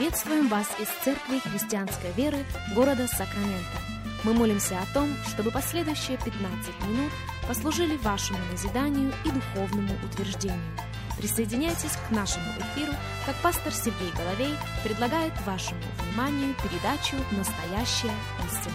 Приветствуем вас из Церкви Христианской Веры города Сакраменто. Мы молимся о том, чтобы последующие 15 минут послужили вашему назиданию и духовному утверждению. Присоединяйтесь к нашему эфиру, как пастор Сергей Головей предлагает вашему вниманию передачу «Настоящая истина».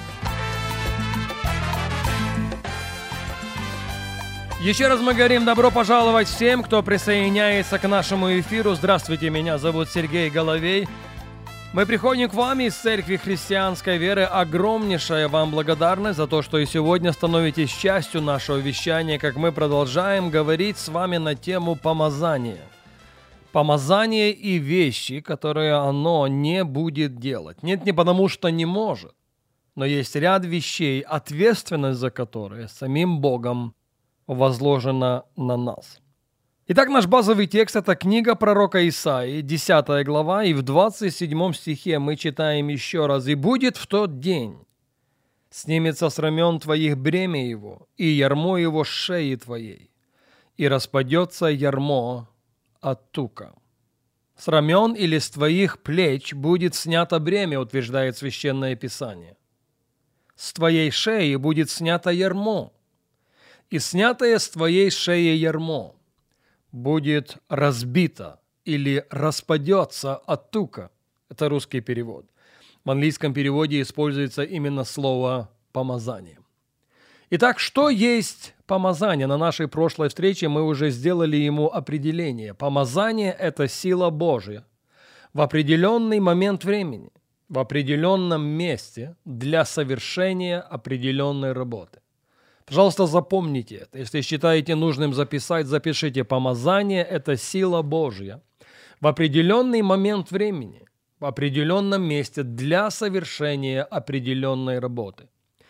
Еще раз мы говорим добро пожаловать всем, кто присоединяется к нашему эфиру. Здравствуйте, меня зовут Сергей Головей. Мы приходим к вам из Церкви Христианской Веры. Огромнейшая вам благодарность за то, что и сегодня становитесь частью нашего вещания, как мы продолжаем говорить с вами на тему помазания. Помазание и вещи, которые оно не будет делать. Нет, не потому что не может, но есть ряд вещей, ответственность за которые самим Богом возложена на нас. Итак, наш базовый текст – это книга пророка Исаии, 10 глава, и в 27 стихе мы читаем еще раз. «И будет в тот день, снимется с рамен твоих бремя его, и ярмо его с шеи твоей, и распадется ярмо от тука». С рамен или с твоих плеч будет снято бремя, утверждает Священное Писание. С твоей шеи будет снято ярмо, и снятое с твоей шеи ярмо будет разбито или распадется от тука. Это русский перевод. В английском переводе используется именно слово «помазание». Итак, что есть помазание? На нашей прошлой встрече мы уже сделали ему определение. Помазание – это сила Божья в определенный момент времени, в определенном месте для совершения определенной работы. Пожалуйста, запомните это. Если считаете нужным записать, запишите. Помазание – это сила Божья в определенный момент времени, в определенном месте для совершения определенной работы.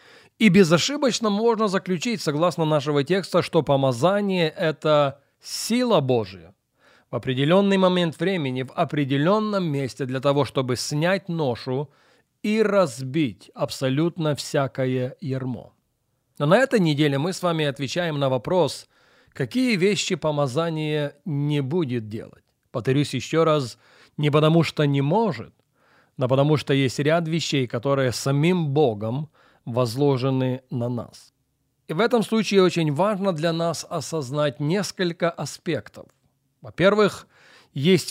И безошибочно можно заключить, согласно нашего текста, что помазание – это сила Божья в определенный момент времени, в определенном месте для того, чтобы снять ношу и разбить абсолютно всякое ярмо. Но на этой неделе мы с вами отвечаем на вопрос, какие вещи помазание не будет делать. Повторюсь еще раз, не потому что не может, но потому что есть ряд вещей, которые самим Богом возложены на нас. И в этом случае очень важно для нас осознать несколько аспектов. Во-первых, есть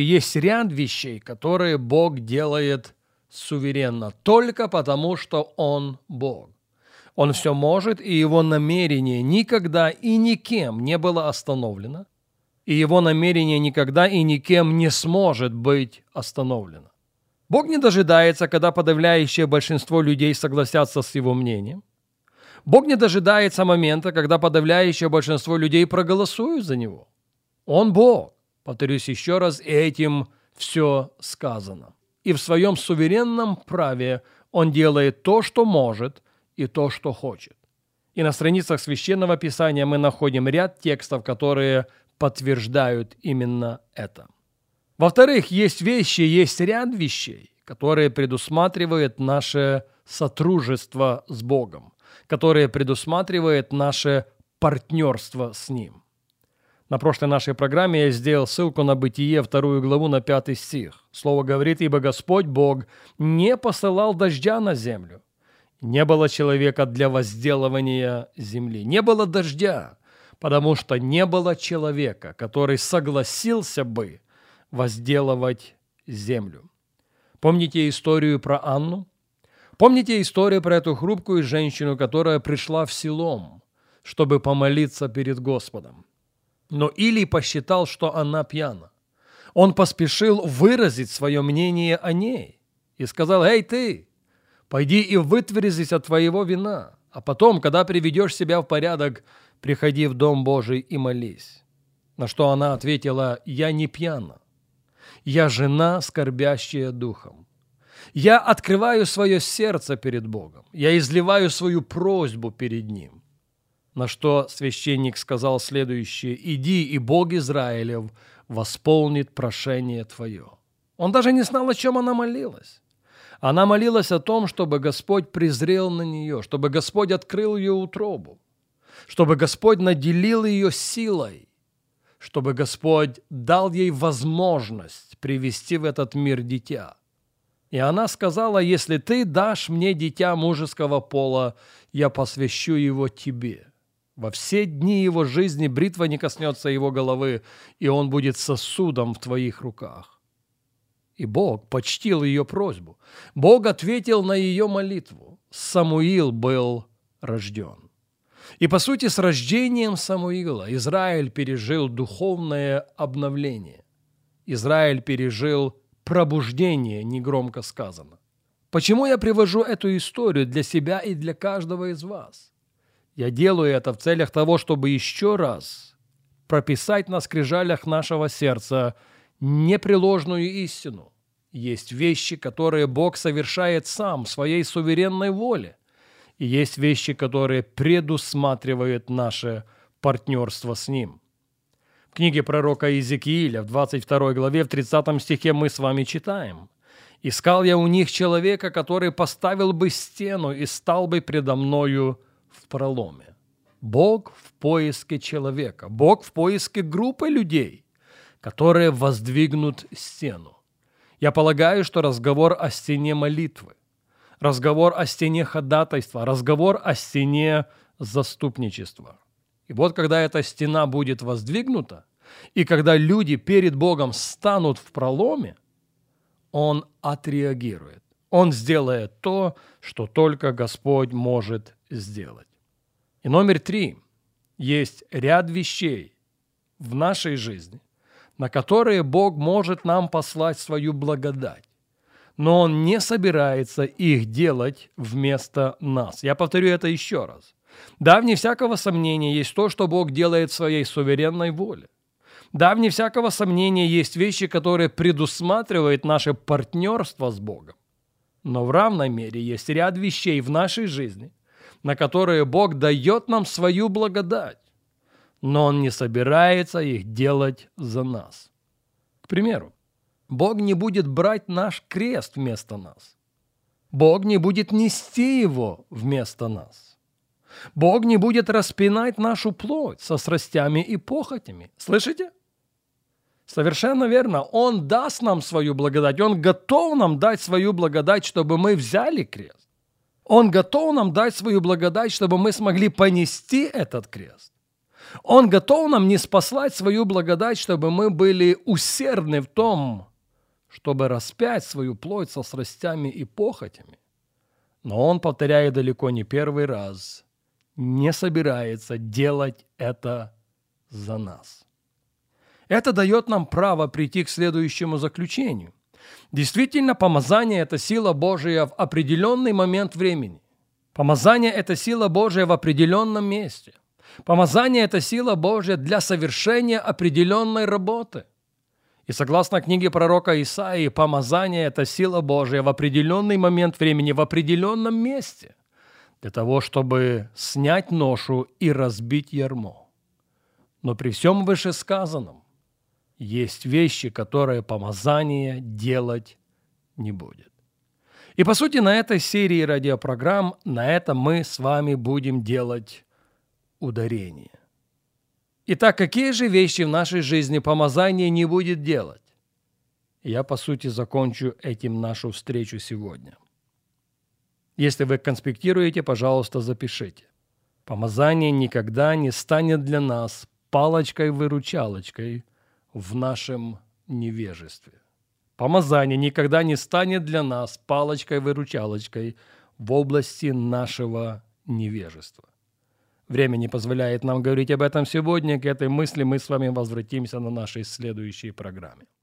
ряд вещей, которые Бог делает суверенно, только потому что Он Бог. Он все может, и его намерение никогда и никем не было остановлено, и его намерение никогда и никем не сможет быть остановлено. Бог не дожидается, когда подавляющее большинство людей согласятся с его мнением. Бог не дожидается момента, когда подавляющее большинство людей проголосуют за него. Он Бог, повторюсь еще раз, и этим все сказано. И в своем суверенном праве Он делает то, что может, и то, что хочет. И на страницах Священного Писания мы находим ряд текстов, которые подтверждают именно это. Во-вторых, есть ряд вещей, которые предусматривают наше сотрудничество с Богом, которые предусматривают наше партнерство с Ним. На прошлой нашей программе я сделал ссылку на Бытие, 2 главу, на 5 стих. Слово говорит: «Ибо Господь Бог не посылал дождя на землю, не было человека для возделывания земли». Не было дождя, потому что не было человека, который согласился бы возделывать землю. Помните историю про Анну? Помните историю про эту хрупкую женщину, которая пришла в Силом, чтобы помолиться перед Господом? Но Илий посчитал, что она пьяна. Он поспешил выразить свое мнение о ней и сказал: «Эй, ты! Пойди и вытверзись от твоего вина, а потом, когда приведешь себя в порядок, приходи в Дом Божий и молись». На что она ответила: «Я не пьяна. Я жена, скорбящая духом. Я открываю свое сердце перед Богом. Я изливаю свою просьбу перед Ним». На что священник сказал следующее: «Иди, и Бог Израилев восполнит прошение твое». Он даже не знал, о чем она молилась. Она молилась о том, чтобы Господь презрел на нее, чтобы Господь открыл ее утробу, чтобы Господь наделил ее силой, чтобы Господь дал ей возможность привести в этот мир дитя. И она сказала: «Если ты дашь мне дитя мужеского пола, я посвящу его тебе. Во все дни его жизни бритва не коснется его головы, и он будет сосудом в твоих руках». И Бог почтил ее просьбу. Бог ответил на ее молитву. Самуил был рожден. И, по сути, с рождением Самуила Израиль пережил духовное обновление. Израиль пережил пробуждение, негромко сказано. Почему я привожу эту историю для себя и для каждого из вас? Я делаю это в целях того, чтобы еще раз прописать на скрижалях нашего сердца непреложную истину. Есть вещи, которые Бог совершает сам в своей суверенной воле, и есть вещи, которые предусматривают наше партнерство с Ним. В книге пророка Иезекииля в 22 главе в 30 стихе мы с вами читаем: «Искал я у них человека, который поставил бы стену и стал бы предо мною в проломе». Бог в поиске человека, Бог в поиске группы людей, которые воздвигнут стену. Я полагаю, что разговор о стене молитвы, разговор о стене ходатайства, разговор о стене заступничества. И вот когда эта стена будет воздвигнута, и когда люди перед Богом станут в проломе, Он отреагирует. Он сделает то, что только Господь может сделать. И номер 3. Есть ряд вещей в нашей жизни, на которые Бог может нам послать свою благодать, но Он не собирается их делать вместо нас. Я повторю это еще раз. Да, вне всякого сомнения есть то, что Бог делает в своей суверенной воле. Да, вне всякого сомнения есть вещи, которые предусматривают наше партнерство с Богом. Но в равной мере есть ряд вещей в нашей жизни, на которые Бог дает нам свою благодать, но Он не собирается их делать за нас. К примеру, Бог не будет брать наш крест вместо нас. Бог не будет нести его вместо нас. Бог не будет распинать нашу плоть со страстями и похотями. Слышите? Совершенно верно. Он даст нам свою благодать. Он готов нам дать свою благодать, чтобы мы взяли крест. Он готов нам дать свою благодать, чтобы мы смогли понести этот крест. Он готов нам ниспослать свою благодать, чтобы мы были усердны в том, чтобы распять свою плоть со страстями и похотями. Но Он, повторяю далеко не первый раз, не собирается делать это за нас. Это дает нам право прийти к следующему заключению. Действительно, помазание – это сила Божия в определенный момент времени. Помазание – это сила Божия в определенном месте. Помазание – это сила Божия для совершения определенной работы. И согласно книге пророка Исаии, помазание – это сила Божия в определенный момент времени, в определенном месте, для того, чтобы снять ношу и разбить ярмо. Но при всем вышесказанном есть вещи, которые помазание делать не будет. И по сути на этой серии радиопрограмм на это мы с вами будем делать ударение. Итак, какие же вещи в нашей жизни помазание не будет делать? Я, по сути, закончу этим нашу встречу сегодня. Если вы конспектируете, пожалуйста, запишите. Помазание никогда не станет для нас палочкой-выручалочкой в нашем невежестве. Помазание никогда не станет для нас палочкой-выручалочкой в области нашего невежества. Время не позволяет нам говорить об этом сегодня. К этой мысли мы с вами возвратимся на нашей следующей программе.